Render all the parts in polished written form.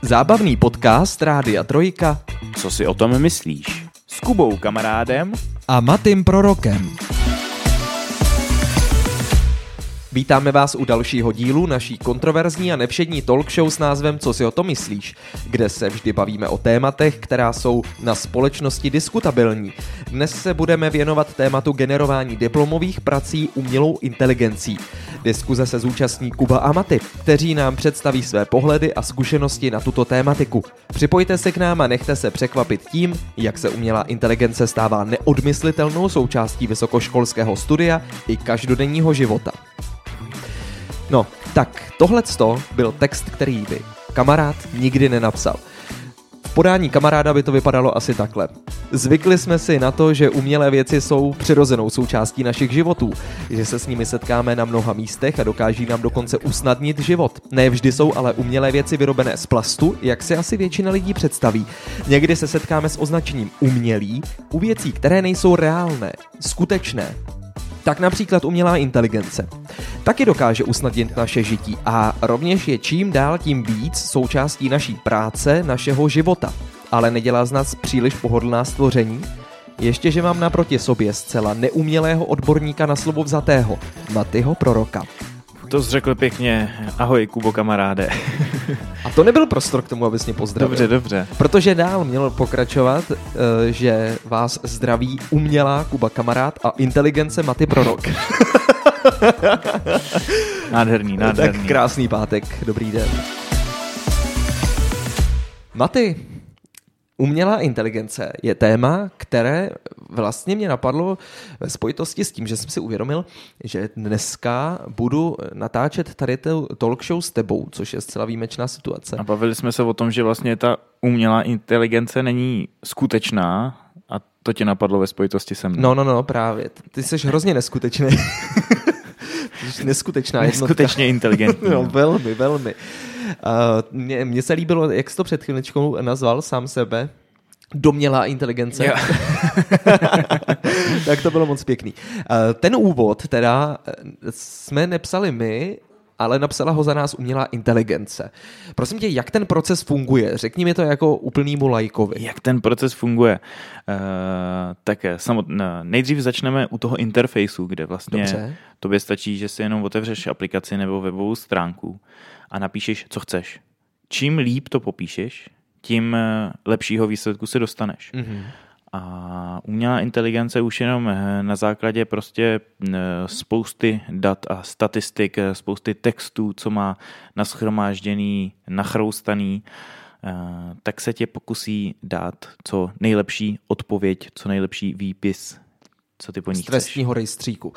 Zábavný podcast Rádia Trojka. Co si o tom myslíš? S Kubou Kamarádem A Matym Prorokem. Vítáme vás u dalšího dílu naší kontroverzní a nevšední talk show s názvem Co si o tom myslíš, kde se vždy bavíme o tématech, která jsou na společnosti diskutabilní. Dnes se budeme věnovat tématu generování diplomových prací umělou inteligencí. Diskuze se zúčastní Kuba a Maty, kteří nám představí své pohledy a zkušenosti na tuto tématiku. Připojte se k nám a nechte se překvapit tím, jak se umělá inteligence stává neodmyslitelnou součástí vysokoškolského studia i každodenního života. No, tak tohleto byl text, který by kamarád nikdy nenapsal. V podání kamaráda by to vypadalo asi takhle. Zvykli jsme si na to, že umělé věci jsou přirozenou součástí našich životů, že se s nimi setkáme na mnoha místech a dokáží nám dokonce usnadnit život. Ne vždy jsou ale umělé věci vyrobené z plastu, jak si asi většina lidí představí. Někdy se setkáme s označením umělý u věcí, které nejsou reálné, skutečné. Tak například umělá inteligence taky dokáže usnadnit naše žití a rovněž je čím dál tím víc součástí naší práce, našeho života. Ale nedělá z nás příliš pohodlná stvoření? Ještě, že mám naproti sobě zcela neumělého odborníka na slovo vzatého, Matyho Proroka. To jsi řekl pěkně. Ahoj, Kubo kamaráde. A to nebyl prostor k tomu, abys mě pozdravil. Dobře. Protože dál měl pokračovat, že vás zdraví umělá Kuba kamarád a inteligence Maty Prorok. Nádherný. Tak krásný pátek, dobrý den. Maty, umělá inteligence je téma, které vlastně mě napadlo ve spojitosti s tím, že jsem si uvědomil, že dneska budu natáčet tady tu talk show s tebou, což je zcela výjimečná situace. A bavili jsme se o tom, že vlastně ta umělá inteligence není skutečná a to tě napadlo ve spojitosti se mnou. No, právě. Ty jsi hrozně neskutečný. Neskutečná jednotka. Neskutečně inteligentní. No, velmi. Mně se líbilo, jak jsi to před chvíličkou nazval sám sebe. Domělá inteligence. Tak to bylo moc pěkný. Ten úvod teda jsme nepsali my, ale napsala ho za nás umělá inteligence. Prosím tě, jak ten proces funguje? Řekni mi to jako úplnýmu laikovi. Jak ten proces funguje? Nejdřív začneme u toho interfejsu, kde vlastně tobě stačí, že si jenom otevřeš aplikaci nebo webovou stránku a napíšeš, co chceš. Čím líp to popíšeš, tím lepšího výsledku se dostaneš. Mm-hmm. A umělá inteligence už jenom na základě prostě spousty dat a statistik, spousty textů, co má nashromážděný, nachroustaný, tak se tě pokusí dát co nejlepší odpověď, co nejlepší výpis, co ty po ní chceš. Z trestního rejstříku.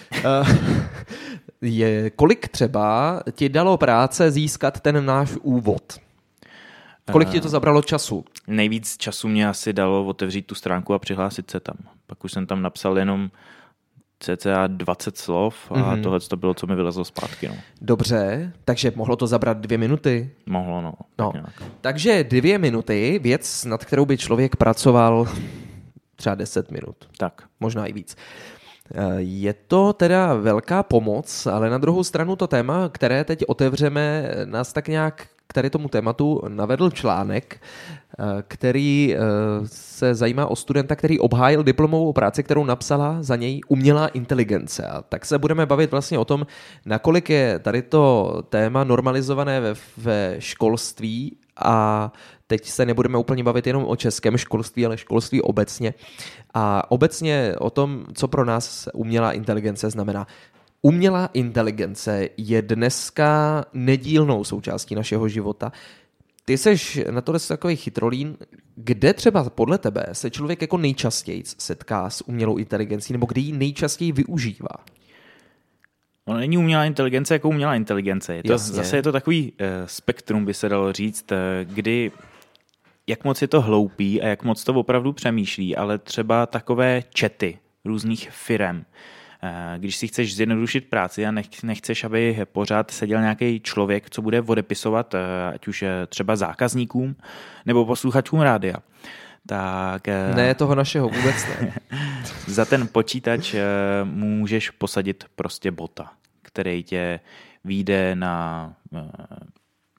Kolik třeba ti dalo práce získat ten náš úvod? Kolik ti to zabralo času? Nejvíc času mě asi dalo otevřít tu stránku a přihlásit se tam. Pak už jsem tam napsal jenom cca 20 slov a tohle to bylo, co mi vylezlo zpátky. No. Dobře, takže mohlo to zabrat 2 minuty? Mohlo, no. Takže 2 minuty, věc, nad kterou by člověk pracoval třeba 10 minut. Tak. Možná i víc. Je to teda velká pomoc, ale na druhou stranu to téma, které teď otevřeme, nás tak nějak k tady tomu tématu navedl článek, který se zajímá o studenta, který obhájil diplomovou práci, kterou napsala za něj umělá inteligence. A tak se budeme bavit vlastně o tom, nakolik je tady to téma normalizované ve školství a teď se nebudeme úplně bavit jenom o českém školství, ale školství obecně. A obecně o tom, co pro nás umělá inteligence znamená. Umělá inteligence je dneska nedílnou součástí našeho života. Ty seš na to takový chytrolín, kde třeba podle tebe se člověk jako nejčastěji setká s umělou inteligencí, nebo kde ji nejčastěji využívá? No, není umělá inteligence jako umělá inteligence. Zase je to takový spektrum, by se dalo říct, kdy jak moc je to hloupý a jak moc to opravdu přemýšlí, ale třeba takové chaty různých firem. Když si chceš zjednodušit práci a nechceš, aby pořád seděl nějaký člověk, co bude odepisovat, ať už třeba zákazníkům nebo posluchačům rádia. Tak, ne, toho našeho vůbec ne. Za ten počítač můžeš posadit prostě bota, který tě vyjde na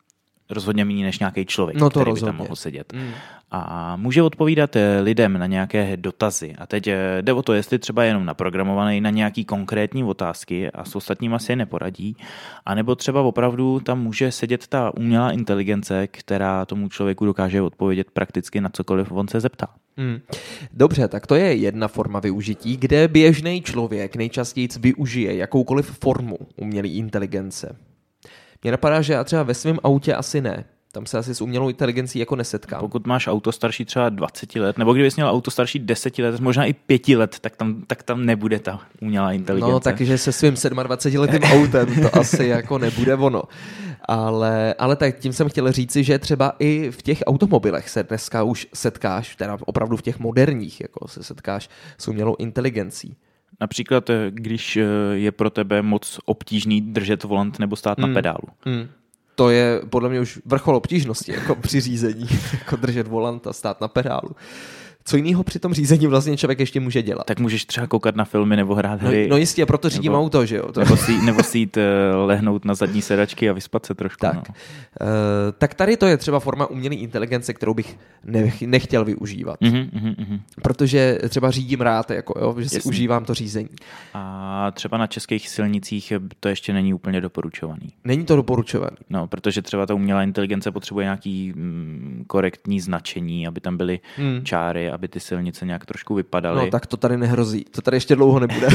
rozhodně méně než nějaký člověk, no to který rozhodně. by tam mohl sedět. A může odpovídat lidem na nějaké dotazy. A teď jde o to, jestli třeba jenom naprogramovaný na nějaký konkrétní otázky a s ostatníma si je neporadí, anebo třeba opravdu tam může sedět ta umělá inteligence, která tomu člověku dokáže odpovědět prakticky na cokoliv on se zeptá. Dobře, tak to je jedna forma využití, kde běžný člověk nejčastěji využije jakoukoliv formu umělé inteligence. Mně napadá, že já třeba ve svém autě asi ne. Tam se asi s umělou inteligencí jako nesetkám. Pokud máš auto starší třeba 20 let, nebo kdybys měl auto starší 10 let, možná i 5 let, tak tam nebude ta umělá inteligence. No, takže se svým 27letým autem to asi jako nebude ono. Ale tak tím jsem chtěl říci, že třeba i v těch automobilech se dneska už setkáš, teda opravdu v těch moderních, jako se setkáš s umělou inteligencí. Například, když je pro tebe moc obtížný držet volant nebo stát na pedálu. To je podle mě už vrchol obtížnosti jako při řízení, jako držet volant a stát na pedálu. Co jiného při tom řízení vlastně člověk ještě může dělat? Tak můžeš třeba koukat na filmy nebo hrát hry. No jistě, proto řídím auto, že jo? Nebo si jít lehnout na zadní sedačky a vyspat se trošku. Tak. No. Tak tady to je třeba forma umělé inteligence, kterou bych nechtěl využívat. Protože třeba řídím rád, jako, jo, že si užívám to řízení. A třeba na českých silnicích to ještě není úplně doporučovaný. Není to doporučovaný? No, protože třeba ta umělá inteligence potřebuje nějaký korektní značení, aby tam byly čáry, aby ty silnice nějak trošku vypadaly. No tak to tady nehrozí. To tady ještě dlouho nebude.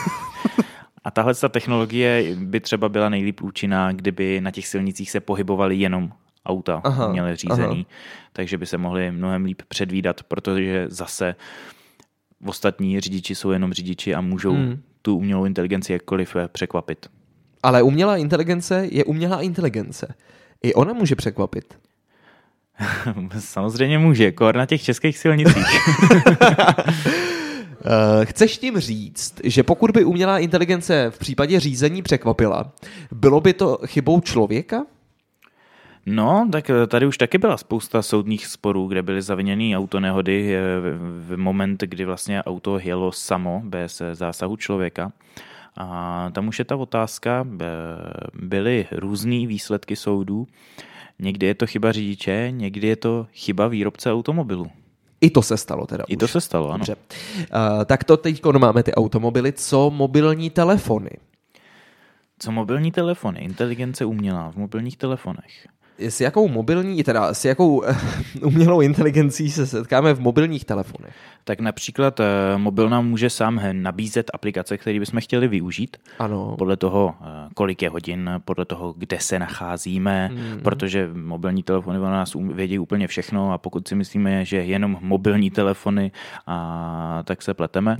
A tahle technologie by třeba byla nejlíp účinná, kdyby na těch silnicích se pohybovaly jenom auta uměle řízený, takže by se mohli mnohem líp předvídat, protože zase ostatní řidiči jsou jenom řidiči a můžou tu umělou inteligenci jakkoliv překvapit. Ale umělá inteligence je umělá inteligence. I ona může překvapit. Samozřejmě může, kor na těch českých silnicích. Chceš tím říct, že pokud by umělá inteligence v případě řízení překvapila, bylo by to chybou člověka? No, tak tady už taky byla spousta soudních sporů, kde byly zaviněny autonehody v moment, kdy vlastně auto jelo samo, bez zásahu člověka. A tam už je ta otázka, byly různý výsledky soudů. Někdy je to chyba řidiče, někdy je to chyba výrobce automobilu. I to se stalo teda. I to se stalo, ano. Dobře. Tak to teď máme ty automobily. Co mobilní telefony? Co mobilní telefony? Inteligence umělá v mobilních telefonech. S jakou umělou inteligencí se setkáme v mobilních telefonech? Tak například mobil nám může sám nabízet aplikace, které bychom chtěli využít. Ano. Podle toho, kolik je hodin, podle toho, kde se nacházíme, protože mobilní telefony o nás vědí úplně všechno a pokud si myslíme, že jenom mobilní telefony, tak se pleteme.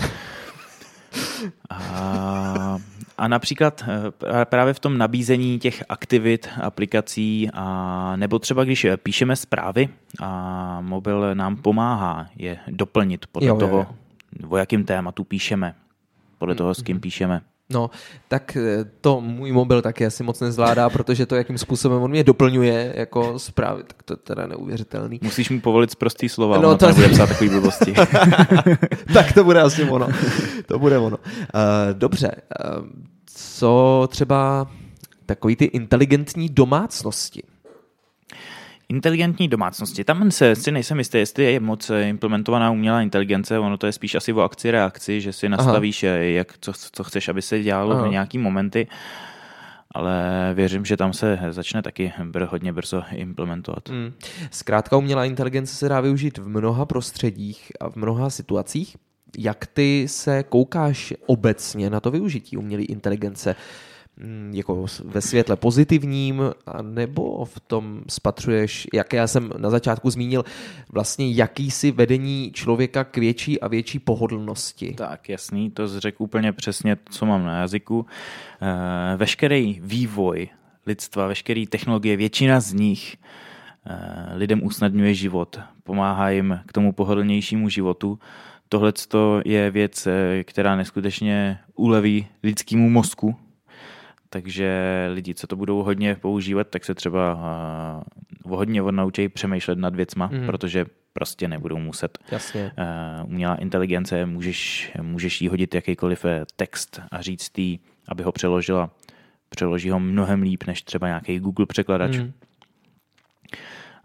A například právě v tom nabízení těch aktivit, aplikací, nebo třeba když píšeme zprávy a mobil nám pomáhá je doplnit podle toho, o jakém tématu píšeme, podle toho, s kým píšeme. No, tak to můj mobil taky asi moc nezvládá, protože to, jakým způsobem on mě doplňuje jako zprávy, tak to je teda neuvěřitelný. Musíš mu povolit sprostý slova, no, to nebude psát takový blbosti. Tak to bude asi ono. To bude ono. Dobře, co třeba takový ty inteligentní domácnosti? Inteligentní domácnosti. Tam si nejsem jistý, jestli je moc implementovaná umělá inteligence, ono to je spíš asi o akci-reakci, že si nastavíš, co chceš, aby se dělalo v nějaký momenty, ale věřím, že tam se začne taky hodně brzo implementovat. Zkrátka umělá inteligence se dá využít v mnoha prostředích a v mnoha situacích. Jak ty se koukáš obecně na to využití umělé inteligence? Jako ve světle pozitivním, nebo v tom spatřuješ, jak já jsem na začátku zmínil, vlastně jakýsi vedení člověka k větší a větší pohodlnosti? Tak, jasný, to řekl úplně přesně, co mám na jazyku. Veškerý vývoj lidstva, veškerý technologie, většina z nich lidem usnadňuje život, pomáhá jim k tomu pohodlnějšímu životu. Tohle je věc, která neskutečně uleví lidskému mozku, takže lidi, co to budou hodně používat, tak se třeba hodně odnaučí přemýšlet nad věcma, protože prostě nebudou muset. Jasně. Umělá inteligence, můžeš jí hodit jakýkoliv text a říct jí, aby ho přeložila. Přeloží ho mnohem líp, než třeba nějaký Google překladač.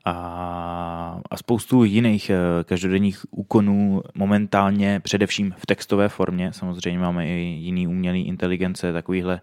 a spoustu jiných každodenních úkonů momentálně, především v textové formě. Samozřejmě máme i jiný umělý inteligence, takovýhle,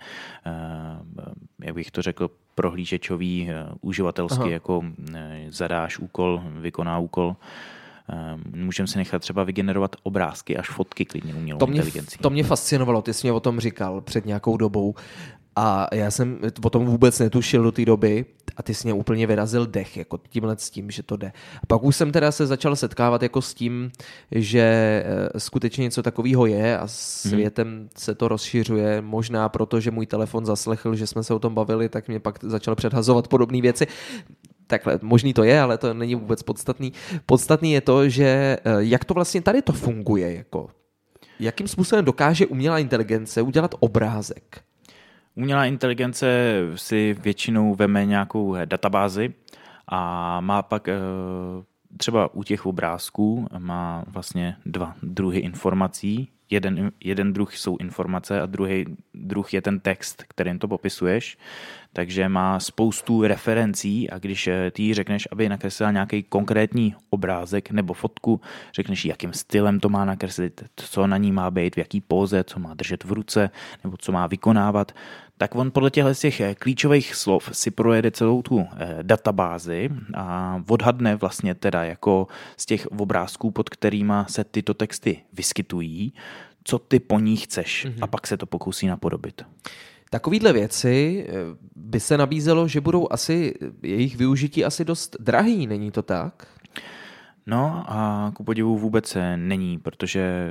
jak bych to řekl, prohlížečový, uživatelský, jako zadáš úkol, vykoná úkol. Můžeme si nechat třeba vygenerovat obrázky až fotky klidně umělou inteligencí. To mě fascinovalo, ty jsi mě o tom říkal před nějakou dobou a já jsem o tom vůbec netušil do té doby a ty jsi mě úplně vyrazil dech, jako tímhle s tím, že to jde. A pak už jsem teda se začal setkávat jako s tím, že skutečně něco takového je a světem se to rozšiřuje, možná proto, že můj telefon zaslechl, že jsme se o tom bavili, tak mě pak začal předhazovat podobné věci. Takhle, možný to je, ale to není vůbec podstatný. Podstatný je to, že jak to vlastně tady to funguje, jako jakým způsobem dokáže umělá inteligence udělat obrázek? Umělá inteligence si většinou veme nějakou databázi a má pak třeba u těch obrázků má vlastně 2 druhy informací. Jeden druh jsou informace a druhý druh je ten text, kterým to popisuješ. Takže má spoustu referencí a když ty jí řekneš, aby nakreslila nějaký konkrétní obrázek nebo fotku, řekneš, jakým stylem to má nakreslit, co na ní má být, v jaký póze, co má držet v ruce nebo co má vykonávat, tak on podle těch klíčových slov si projede celou tu databázi a odhadne vlastně teda jako z těch obrázků, pod kterýma se tyto texty vyskytují, co ty po ní chceš a pak se to pokusí napodobit. Takovýhle věci by se nabízelo, že budou asi jejich využití asi dost drahý, není to tak? No a ku podivu vůbec není, protože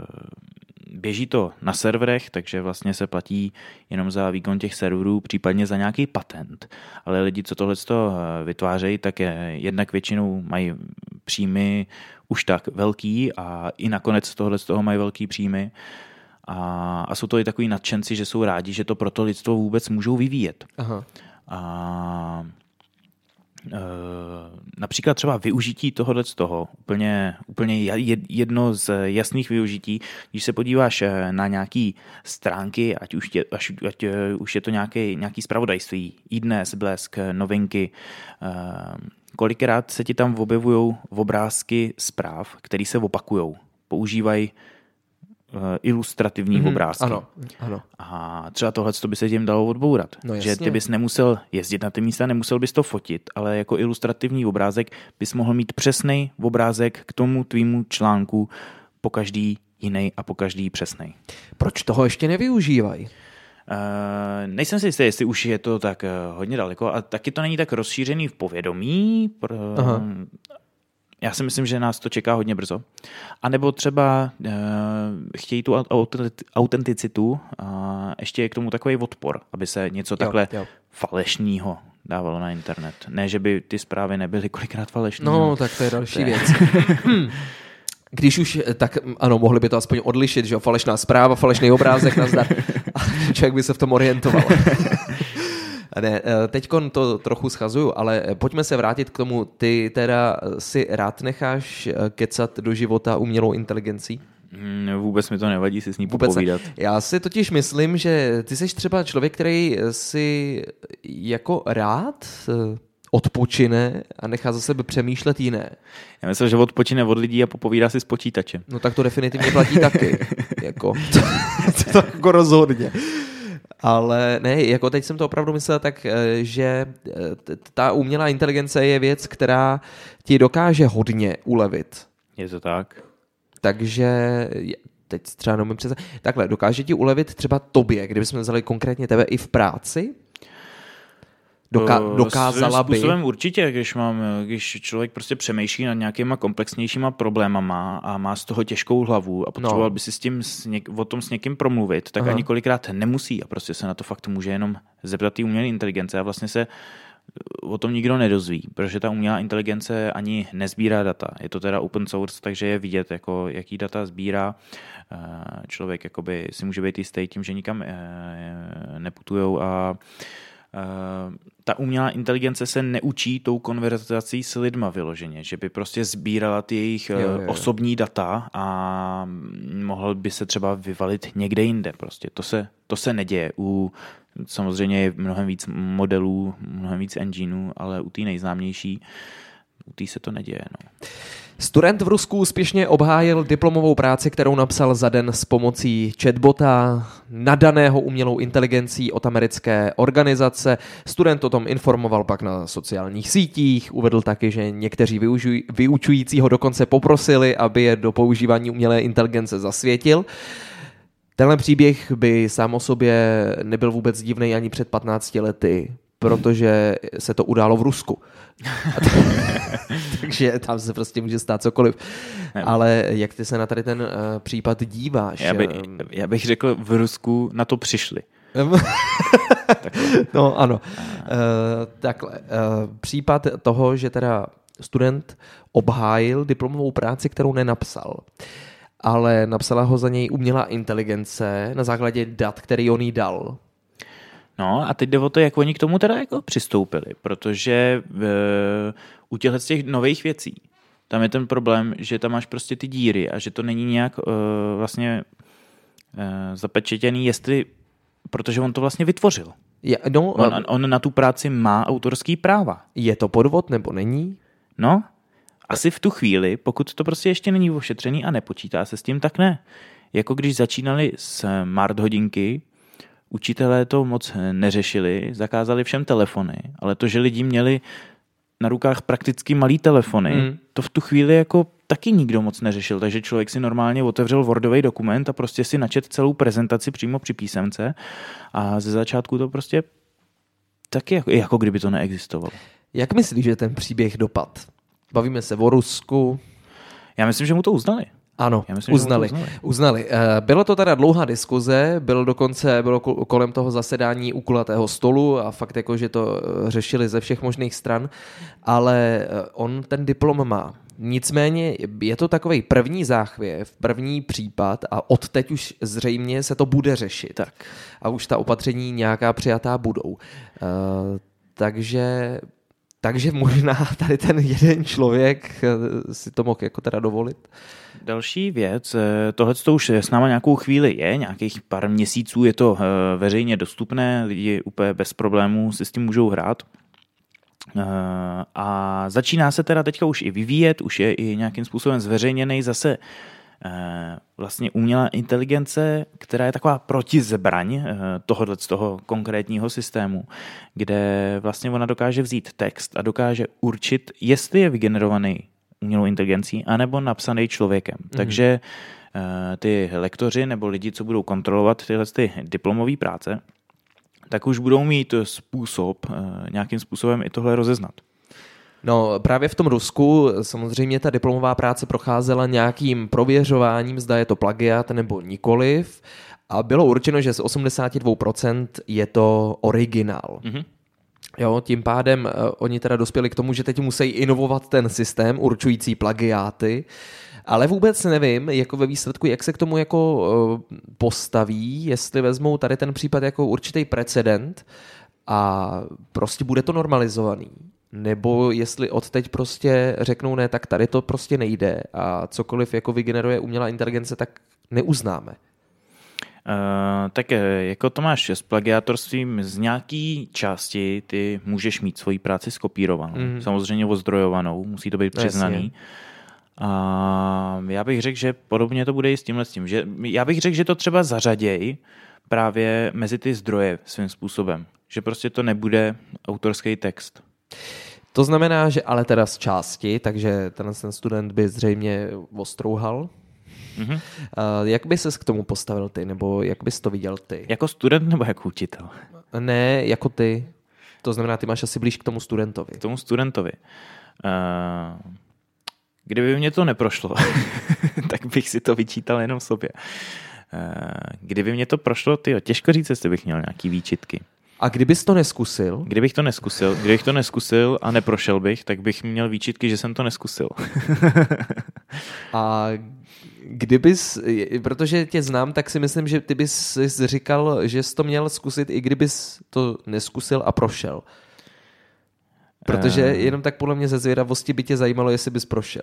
běží to na serverech, takže vlastně se platí jenom za výkon těch serverů, případně za nějaký patent. Ale lidi, co tohle vytvářejí, tak jednak většinou mají příjmy už tak velký a i nakonec tohle z toho mají velký příjmy. A jsou to i takový nadšenci, že jsou rádi, že to pro to lidstvo vůbec můžou vyvíjet. Aha. A například třeba využití tohohle z toho, úplně jedno z jasných využití, když se podíváš na nějaký stránky, ať už je to nějaký zpravodajství, iDnes, Blesk, novinky, kolikrát se ti tam objevují obrázky zpráv, které se opakujou. Používají ilustrativní obrázky. Ano. A třeba tohle by se tím dalo odbourat. No, že ty bys nemusel jezdit na ty místa, nemusel bys to fotit, ale jako ilustrativní obrázek bys mohl mít přesný obrázek k tomu tvýmu článku, po každý jiný a po každý přesnej. Proč toho ještě nevyužívají? Nejsem si jistý, jestli už je to tak hodně daleko a taky to není tak rozšířený v povědomí. Já si myslím, že nás to čeká hodně brzo. A nebo třeba chtějí tu autenticitu a ještě je k tomu takový odpor, aby se něco takhle falešného dávalo na internet. Ne, že by ty zprávy nebyly kolikrát falešné. No, tak to je další věc. Když už, tak ano, mohli by to aspoň odlišit, že falešná zpráva, falešný obrázek, nazdar. A člověk by se v tom orientoval. Ne, teďkon to trochu schazuju, ale pojďme se vrátit k tomu. Ty teda si rád necháš kecat do života umělou inteligencí? Vůbec mi to nevadí si s ní popovídat. Já si totiž myslím, že ty jsi třeba člověk, který si jako rád odpočine a nechá za sebe přemýšlet jiné. Já myslím, že odpočine od lidí a popovídá si s počítačem. No tak to definitivně platí taky. To jako rozhodně. Ale ne, jako teď jsem to opravdu myslel tak, že ta umělá inteligence je věc, která ti dokáže hodně ulevit. Je to tak? Takže teď třeba nemůžu představit. Takhle, dokáže ti ulevit třeba tobě, kdybychom vzali konkrétně tebe i v práci? Dokázala by? Způsobem určitě, když člověk prostě přemýšlí nad nějakýma komplexnějšíma problémama a má z toho těžkou hlavu a potřeboval by si o tom s někým promluvit, tak ani kolikrát nemusí a prostě se na to fakt může jenom zeptat té umělé inteligence a vlastně se o tom nikdo nedozví, protože ta umělá inteligence ani nezbírá data. Je to teda open source, takže je vidět, jako, jaký data sbírá. Člověk jakoby si může být jistý tím, že nikam neputujou a ta umělá inteligence se neučí tou konverzací s lidma vyloženě, že by prostě sbírala ty jejich osobní data a mohl by se třeba vyvalit někde jinde. Prostě to se neděje. Samozřejmě je mnohem víc modelů, mnohem víc engineů, ale u té nejznámější U té se to neděje. No. Student v Rusku úspěšně obhájil diplomovou práci, kterou napsal za den s pomocí chatbota, nadaného umělou inteligencí od americké organizace. Student o tom informoval pak na sociálních sítích, uvedl taky, že někteří vyučující ho dokonce poprosili, aby je do používání umělé inteligence zasvětil. Tenhle příběh by sám o sobě nebyl vůbec divný ani před 15 lety, protože se to událo v Rusku. Takže tam se prostě může stát cokoliv. Ale jak ty se na tady ten případ díváš? Já bych řekl, v Rusku na to přišli. No ano. Takhle. Případ toho, že teda student obhájil diplomovou práci, kterou nenapsal, ale napsala ho za něj umělá inteligence na základě dat, který on jí dal. No a teď jde o to, jak oni k tomu teda jako přistoupili, protože u těch nových věcí tam je ten problém, že tam máš prostě ty díry a že to není nějak vlastně zapečetěný, protože on to vlastně vytvořil. On na tu práci má autorský práva. Je to podvod nebo není? No, asi v tu chvíli, pokud to prostě ještě není ošetřený a nepočítá se s tím, tak ne. Jako když začínali smart hodinky, učitelé to moc neřešili, zakázali všem telefony, ale to, že lidi měli na rukách prakticky malý telefony, to v tu chvíli jako taky nikdo moc neřešil, takže člověk si normálně otevřel Wordový dokument a prostě si načet celou prezentaci přímo při písemce a ze začátku to prostě taky jako kdyby to neexistovalo. Jak myslíš, že ten příběh dopad? Bavíme se o Rusku. Já myslím, že mu to uznali. Ano, uznali. Bylo to teda dlouhá diskuze, bylo kolem toho zasedání u kulatého stolu a fakt jako, že to řešili ze všech možných stran, ale on ten diplom má. Nicméně je to takovej první záchvěv, první případ a od teď už zřejmě se to bude řešit. Tak. A už ta opatření nějaká přijatá budou. Takže možná tady ten jeden člověk si to mohl jako teda dovolit. Další věc, tohle už s náma nějakou chvíli je, nějakých pár měsíců je to veřejně dostupné, lidi úplně bez problémů si s tím můžou hrát. A začíná se teda teďka už i vyvíjet, už je i nějakým způsobem zveřejněný zase vlastně umělá inteligence, která je taková protizbraň tohohle z toho konkrétního systému, kde vlastně ona dokáže vzít text a dokáže určit, jestli je vygenerovaný umělou inteligencí, anebo napsaný člověkem. Takže ty lektoři nebo lidi, co budou kontrolovat tyhle diplomové práce, tak už budou mít způsob nějakým způsobem i tohle rozeznat. No právě v tom Rusku samozřejmě ta diplomová práce procházela nějakým prověřováním, zda je to plagiát nebo nikoliv a bylo určeno, že z 82% je to originál. Mm-hmm. Jo, tím pádem oni teda dospěli k tomu, že teď musí inovovat ten systém určující plagiáty, ale vůbec nevím, jako ve výsledku, jak se k tomu jako postaví, jestli vezmou tady ten případ jako určitý precedent a prostě bude to normalizovaný. Nebo jestli odteď prostě řeknou ne, tak tady to prostě nejde a cokoliv jako vygeneruje umělá inteligence, tak neuznáme. Tak jako to máš s plagiátorstvím, z nějaký části ty můžeš mít svoji práci skopírovanou, samozřejmě ozdrojovanou, musí to být přiznaný. A já bych řekl, že podobně to bude i s tímhle s tím. Že já bych řekl, že to třeba zařaděj právě mezi ty zdroje svým způsobem. Že prostě to nebude autorský text. To znamená, že ale teda z části, takže ten student by zřejmě ostrouhal. Mm-hmm. Jak by ses k tomu postavil ty, nebo jak bys to viděl ty? Jako student nebo jako učitel? Ne, jako ty. To znamená, ty máš asi blíž k tomu studentovi. K tomu studentovi. Kdyby mě to neprošlo, tak bych si to vyčítal jenom sobě. Kdyby mě to prošlo, těžko říct, jestli bych měl nějaký výčitky. A kdybys to neskusil? Kdybych to neskusil a neprošel bych, tak bych měl výčitky, že jsem to neskusil. A kdybys, protože tě znám, tak si myslím, že ty bys říkal, že jsi to měl zkusit, i kdybys to neskusil a prošel. Protože jenom tak podle mě ze zvědavosti by tě zajímalo, jestli bys prošel.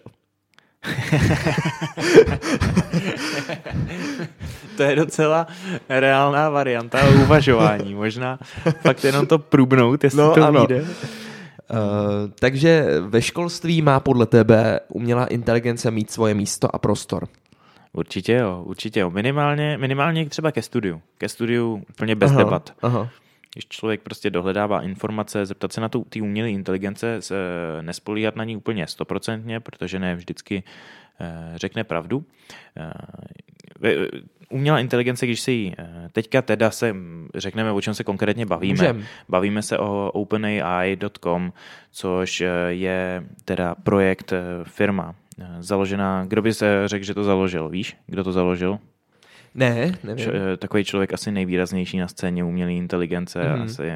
To je docela reálná varianta uvažování. Možná fakt jenom to průbnout, jestli to vyjde. Takže ve školství má podle tebe umělá inteligence mít svoje místo a prostor? Určitě jo. Minimálně třeba ke studiu. Ke studiu úplně bez debat. Aha. Když člověk prostě dohledává informace, zeptat se na tu umělé inteligence, nespolíhat na ní úplně 100%, protože ne vždycky řekne pravdu. Umělá inteligence, když si teďka teda řekneme, o čem se konkrétně bavíme. Bavíme se o OpenAI.com, což je teda projekt, firma založená. Kdo by se řekl, že to založil? Víš, kdo to založil? Ne, nevím. Takový člověk asi nejvýraznější na scéně umělé inteligence. Asi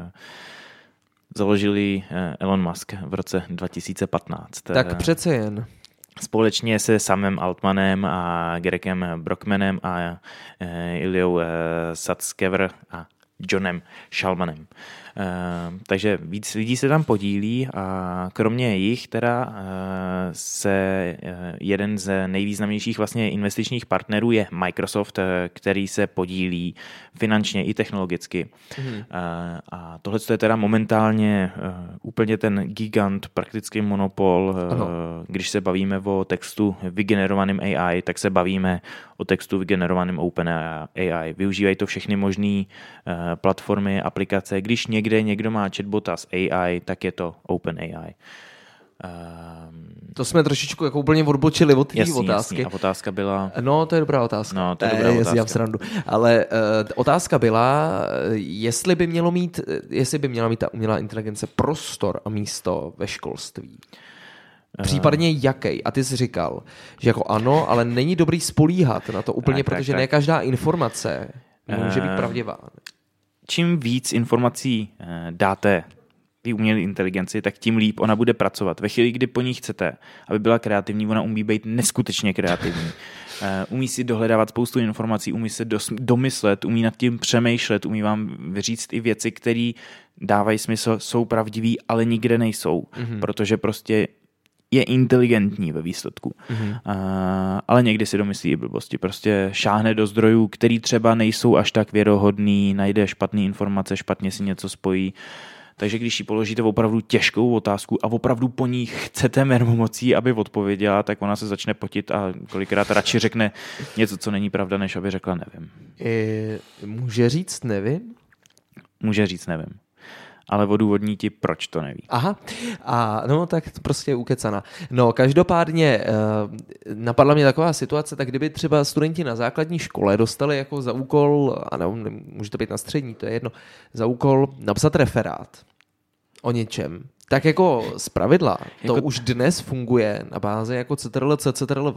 založili Elon Musk v roce 2015. Tak přece jen. Společně se Samem Altmanem a Gregem Brockmanem a Iliou Sutskever a Johnem Schulmanem. Takže víc lidí se tam podílí a kromě jich teda se jeden z nejvýznamnějších vlastně investičních partnerů je Microsoft, který se podílí finančně i technologicky. A tohle je teda momentálně úplně ten gigant, prakticky monopol. Když se bavíme o textu vygenerovaným AI, tak se bavíme o textu vygenerovaným OpenAI. Využívají to všechny možné platformy, aplikace. Když někdo má chatbota s AI, tak je to OpenAI. To jsme trošičku jako úplně odbočili od té otázky. Jasný. A otázka byla... No, to je dobrá otázka. No, to je dobrá otázka. Já srandu. Ale otázka byla, jestli by měla mít ta umělá inteligence prostor a místo ve školství. Případně jaký? A ty jsi říkal, že jako ano, ale není dobrý spolíhat na to úplně, protože ne každá informace může být pravdivá. Čím víc informací dáte umělé inteligenci, tak tím líp ona bude pracovat. Ve chvíli, kdy po ní chcete, aby byla kreativní, ona umí být neskutečně kreativní. Umí si dohledávat spoustu informací, umí se domyslet, umí nad tím přemýšlet, umí vám říct i věci, které dávají smysl, jsou pravdivý, ale nikde nejsou, protože prostě je inteligentní ve výsledku. Ale někdy si domyslí i blbosti. Prostě šáhne do zdrojů, který třeba nejsou až tak věrohodný, najde špatné informace, špatně si něco spojí. Takže když jí položíte opravdu těžkou otázku a opravdu po ní chcete mermomocí, aby odpověděla, tak ona se začne potit a kolikrát radši řekne něco, co není pravda, než aby řekla nevím. Může říct nevím? Může říct nevím. Ale odůvodní ti, proč to neví. Aha, a no tak to prostě je ukecaná. No každopádně napadla mě taková situace, tak kdyby třeba studenti na základní škole dostali jako za úkol, a ne, může to být na střední, to je jedno, za úkol napsat referát o něčem, tak jako zpravidla, to už dnes funguje na bázi jako CTRL-V.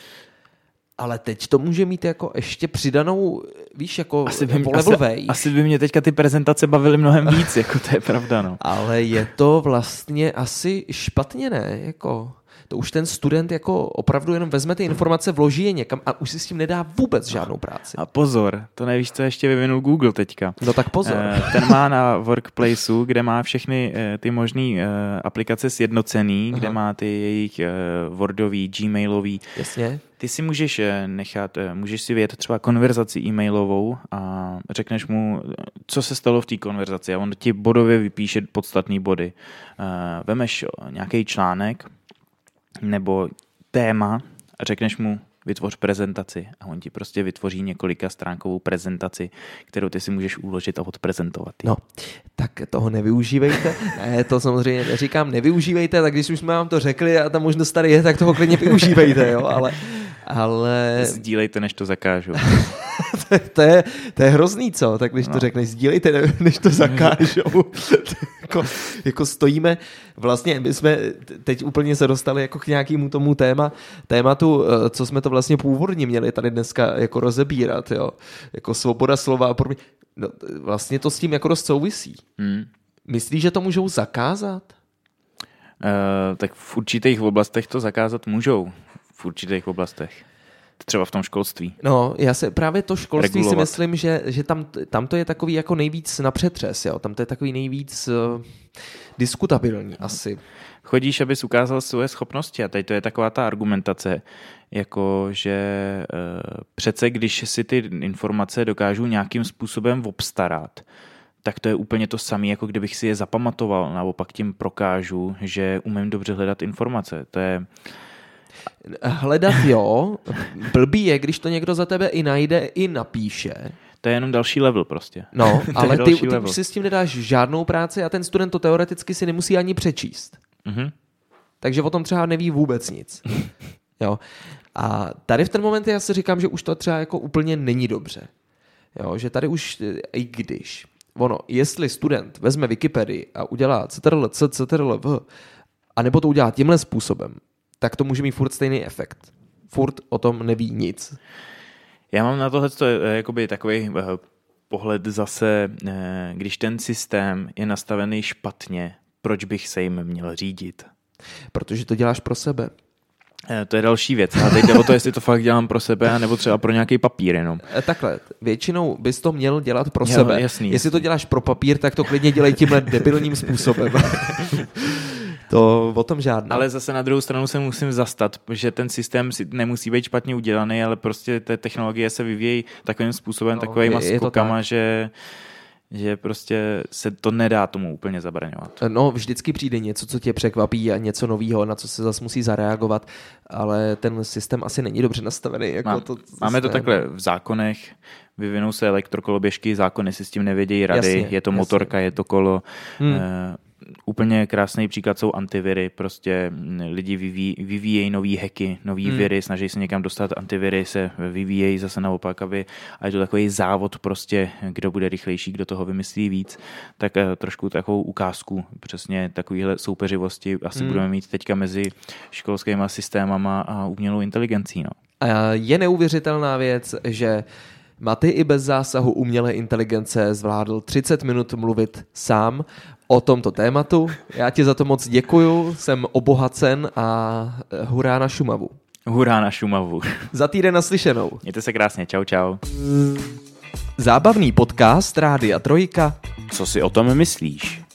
Ale teď to může mít jako ještě přidanou, víš, jako asi by mě teďka ty prezentace bavily mnohem víc, jako to je pravda, no. Ale je to vlastně asi špatně, ne? Jako, to už ten student jako opravdu jenom vezme ty informace, vloží je někam a už si s tím nedá vůbec žádnou práci. A pozor, to nevíš, co ještě vyvinul Google teďka. No tak pozor. Ten má na Workplaceu, kde má všechny ty možné aplikace sjednocený, kde má ty jejich Wordový, Gmailový. Jasně. Ty si můžeš si vyjet třeba konverzaci e-mailovou a řekneš mu, co se stalo v té konverzaci a on ti bodově vypíše podstatné body. Vemeš nějaký článek nebo téma a řekneš mu, vytvoř prezentaci a on ti prostě vytvoří několika stránkovou prezentaci, kterou ty si můžeš uložit a odprezentovat. No, tak toho nevyužívejte. Ne, to samozřejmě neříkám, nevyužívejte, tak když už jsme vám to řekli a ta možnost tady je, tak toho klidně využívejte, jo, ale... Sdílejte, než to zakážu. to je hrozný, co? Tak když to řekneš, sdílejte, než to zakážou. jako stojíme, vlastně my jsme teď úplně se dostali jako k nějakému tomu tématu, co jsme to vlastně původně měli tady dneska jako rozebírat, jo. Jako svoboda slova a podobně. No, vlastně to s tím jako dost souvisí. Myslíš, že to můžou zakázat? Tak v určitých oblastech to zakázat můžou. V určitých oblastech. Třeba v tom školství. No, já se právě to školství regulovat. si myslím, že tam to je takový jako nejvíc na přetřes, jo. Tam to je takový nejvíc diskutabilní asi. Chodíš, abys ukázal svoje schopnosti a teď to je taková ta argumentace, jako že přece když si ty informace dokážou nějakým způsobem obstarat, tak to je úplně to samé, jako kdybych si je zapamatoval. Naopak tím prokážu, že umím dobře hledat informace. To je... Hledat jo, blbý je, když to někdo za tebe i najde, i napíše. To je jenom další level prostě. No, ale ty už si s tím nedáš žádnou práci a ten student to teoreticky si nemusí ani přečíst. Mm-hmm. Takže o tom třeba neví vůbec nic. Jo. A tady v ten moment já si říkám, že už to třeba jako úplně není dobře. Jo, že tady už, i když, jestli student vezme Wikipedii a udělá ctrl-v, anebo to udělá tímhle způsobem, tak to může mít furt stejný efekt. Furt o tom neví nic. Já mám na tohle jakoby takový pohled zase, když ten systém je nastavený špatně, proč bych se jim měl řídit? Protože to děláš pro sebe. To je další věc. A teď jde o to, jestli to fakt dělám pro sebe, nebo třeba pro nějaký papír jenom. Takhle, většinou bys to měl dělat pro sebe. Jasný. Jestli to děláš pro papír, tak to klidně dělej tímhle debilním způsobem. To o tom žádná. Ale zase na druhou stranu se musím zastat, že ten systém nemusí být špatně udělaný, ale prostě ty technologie se vyvíjejí takovým způsobem, takovýma skokama, že prostě se to nedá tomu úplně zabraňovat. No, vždycky přijde něco, co tě překvapí a něco novýho, na co se zase musí zareagovat, ale ten systém asi není dobře nastavený. Máme to takhle v zákonech, vyvinou se elektrokoloběžky, zákony si s tím nevědějí rady, jasně, je to motorka, je to kolo. Úplně krásný příklad jsou antiviry, prostě lidi vyvíjejí nový hacky, nový viry, snaží se někam dostat, antiviry se vyvíjejí zase naopak, a je to takový závod prostě, kdo bude rychlejší, kdo toho vymyslí víc, tak trošku takovou ukázku přesně takovýhle soupeřivosti asi budeme mít teďka mezi školskýma systémama a umělou inteligencí. No. A je neuvěřitelná věc, že Maty i bez zásahu umělé inteligence zvládl 30 minut mluvit sám o tomto tématu. Já ti za to moc děkuju, jsem obohacen a hurá na Šumavu. Hurá na Šumavu. Za týden naslyšenou. Mějte se krásně, čau. Zábavný podcast Rádia Trojka. Co si o tom myslíš?